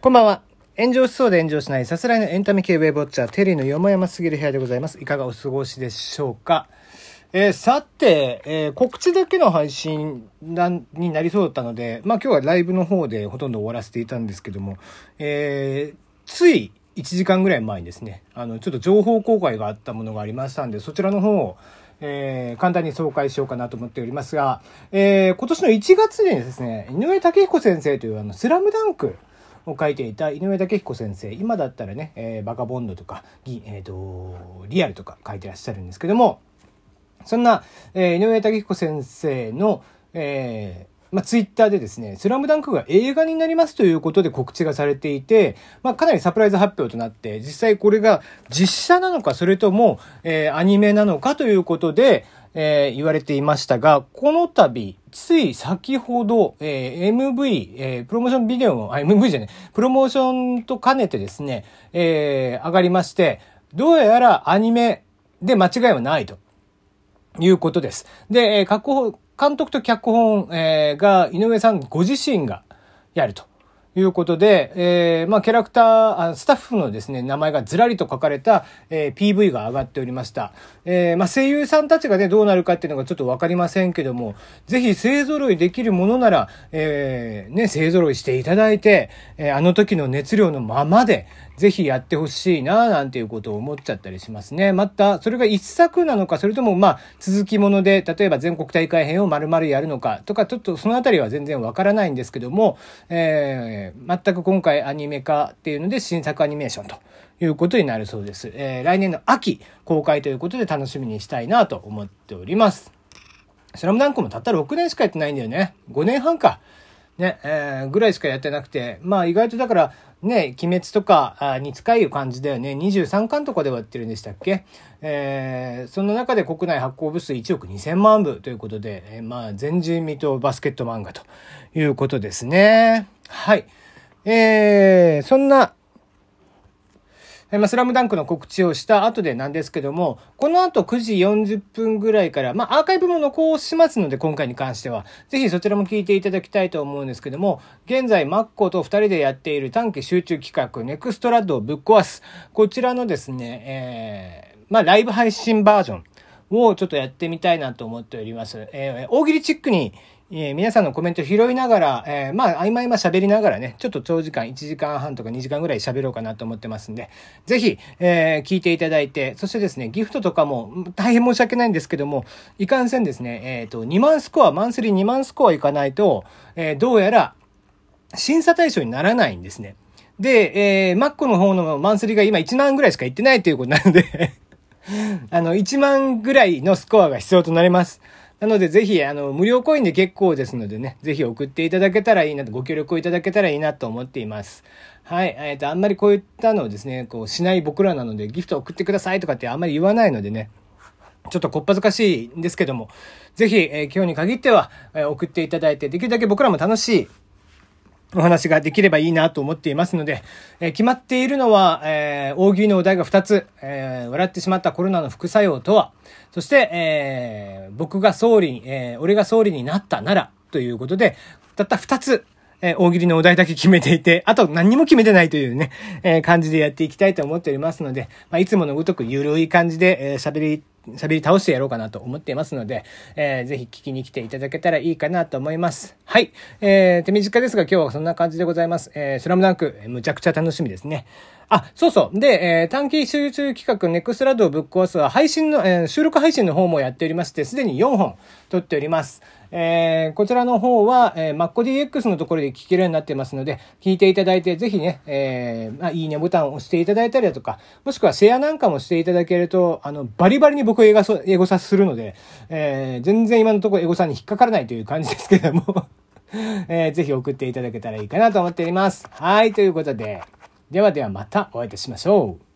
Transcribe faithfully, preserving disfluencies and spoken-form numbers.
こんばんは。炎上しそうで炎上しないさすらいのエンタメ系ウェブウォッチャーテリーのよもやますぎる部屋でございます。いかがお過ごしでしょうか。えー、さて、えー、告知だけの配信になりそうだったので、まあ今日はライブの方でほとんど終わらせていたんですけども、えー、ついいちじかんぐらい前にですね、あのちょっと情報公開があったものがありましたんで、そちらの方をえー、簡単に紹介しようかなと思っておりますが、えー、今年のいちがつにですね、井上武彦先生というあのスラムダンクを書いていた井上武彦先生、今だったらね、えー、バカボンドとか、えーと、リアルとか書いてらっしゃるんですけども、そんな、えー、井上武彦先生の、えーまあ、ツイッターでですね、スラムダンクが映画になりますということで告知がされていて、まあ、かなりサプライズ発表となって、実際これが実写なのか、それとも、えー、アニメなのかということで、えー、言われていましたが、この度、つい先ほど、えー、エムブイ、えー、プロモーションビデオも、あ、エムブイ じゃない、プロモーションと兼ねてですね、えー、上がりまして、どうやらアニメで間違いはないということです。で、えー、各方、監督と脚本、えー、が井上さんご自身がやるということで、えー、まあキャラクター、スタッフのですね、名前がずらりと書かれた、えー、ピーブイ が上がっておりました。えー、まあ声優さんたちがね、どうなるかっていうのがちょっとわかりませんけども、ぜひ勢揃いできるものなら、えー、ね、勢揃いしていただいて、えー、あの時の熱量のままで、ぜひやってほしいななんていうことを思っちゃったりしますね。また、それが一作なのか、それともまあ続きもので、例えば全国大会編を丸々やるのかとか、ちょっとそのあたりは全然わからないんですけども、えー、全く今回アニメ化っていうので新作アニメーションということになるそうです。えー、来年の秋公開ということで楽しみにしたいなと思っております。スラムダンクもたったろくねんしかやってないんだよね。ごねんはんか。ね、えー、ぐらいしかやってなくて、まあ意外とだからね、鬼滅とかに近い感じだよね。にじゅうさんかんとかではやってるんでしたっけ。えー、その中で国内発行部数いちおくにせんまんぶということで、えー、まあ前人未到バスケット漫画ということですね。はい。えー、そんな、まあ、スラムダンクの告知をした後でなんですけども、この後くじよんじゅっぷんぐらいから、まあ、アーカイブも残しますので、今回に関しては、ぜひそちらも聞いていただきたいと思うんですけども、現在、マッコと二人でやっている短期集中企画、ネクストラッドをぶっ壊す。こちらのですね、えー、まあ、ライブ配信バージョンをちょっとやってみたいなと思っております。えー、大喜利チックに、えー、皆さんのコメント拾いながら、えー、まあ、合間合間喋りながらね、ちょっと長時間、いちじかんはんとかにじかんぐらい喋ろうかなと思ってますんで、ぜひ、えー、聞いていただいて、そしてですね、ギフトとかも大変申し訳ないんですけども、いかんせんですね、えっと、にまんスコア、マンスリーにまんスコアいかないと、えー、どうやら、審査対象にならないんですね。で、えー、マッコの方のマンスリーが今いちまんぐらいしかいってないということなので、あの、いちまんぐらいのスコアが必要となります。なのでぜひ、あの、無料コインで結構ですのでね、ぜひ送っていただけたらいいなと、ご協力をいただけたらいいなと思っています。はい。えっと、あんまりこういったのをですね、こうしない僕らなので、ギフト送ってくださいとかってあんまり言わないのでね、ちょっとこっぱずかしいんですけども、ぜひ、えー、今日に限っては、えー、送っていただいて、できるだけ僕らも楽しいお話ができればいいなと思っていますので、えー、決まっているのは、えー、大喜利のお題がふたつ、えー、笑ってしまったコロナの副作用とは、そして、えー、僕が総理、えー、俺が総理になったならということで、たったふたつ、えー、大喜利のお題だけ決めていて、あと何にも決めてないというね、えー、感じでやっていきたいと思っておりますので、まあ、いつものごとくゆるい感じで、えー、喋り喋り倒してやろうかなと思っていますので、えー、ぜひ聞きに来ていただけたらいいかなと思います。はい。えー、手短ですが今日はそんな感じでございます。えー、スラムダンク、むちゃくちゃ楽しみですね。あ、そうそう。で、えー、短期集中企画ネクストラドをぶっ壊すは配信の、えー、収録配信の方もやっておりまして、すでによんほん撮っております。えー、こちらの方は、えー、マッコ ディーエックス のところで聞けるようになってますので、聞いていただいて、ぜひね、えー、まあ、いいねボタンを押していただいたりだとか、もしくはシェアなんかもしていただけると、あの、バリバリに僕エゴサ、エゴサするので、えー、全然今のところエゴサに引っかからないという感じですけれども、えー、ぜひ送っていただけたらいいかなと思っております。はい、ということで、ではではまたお会いいたしましょう。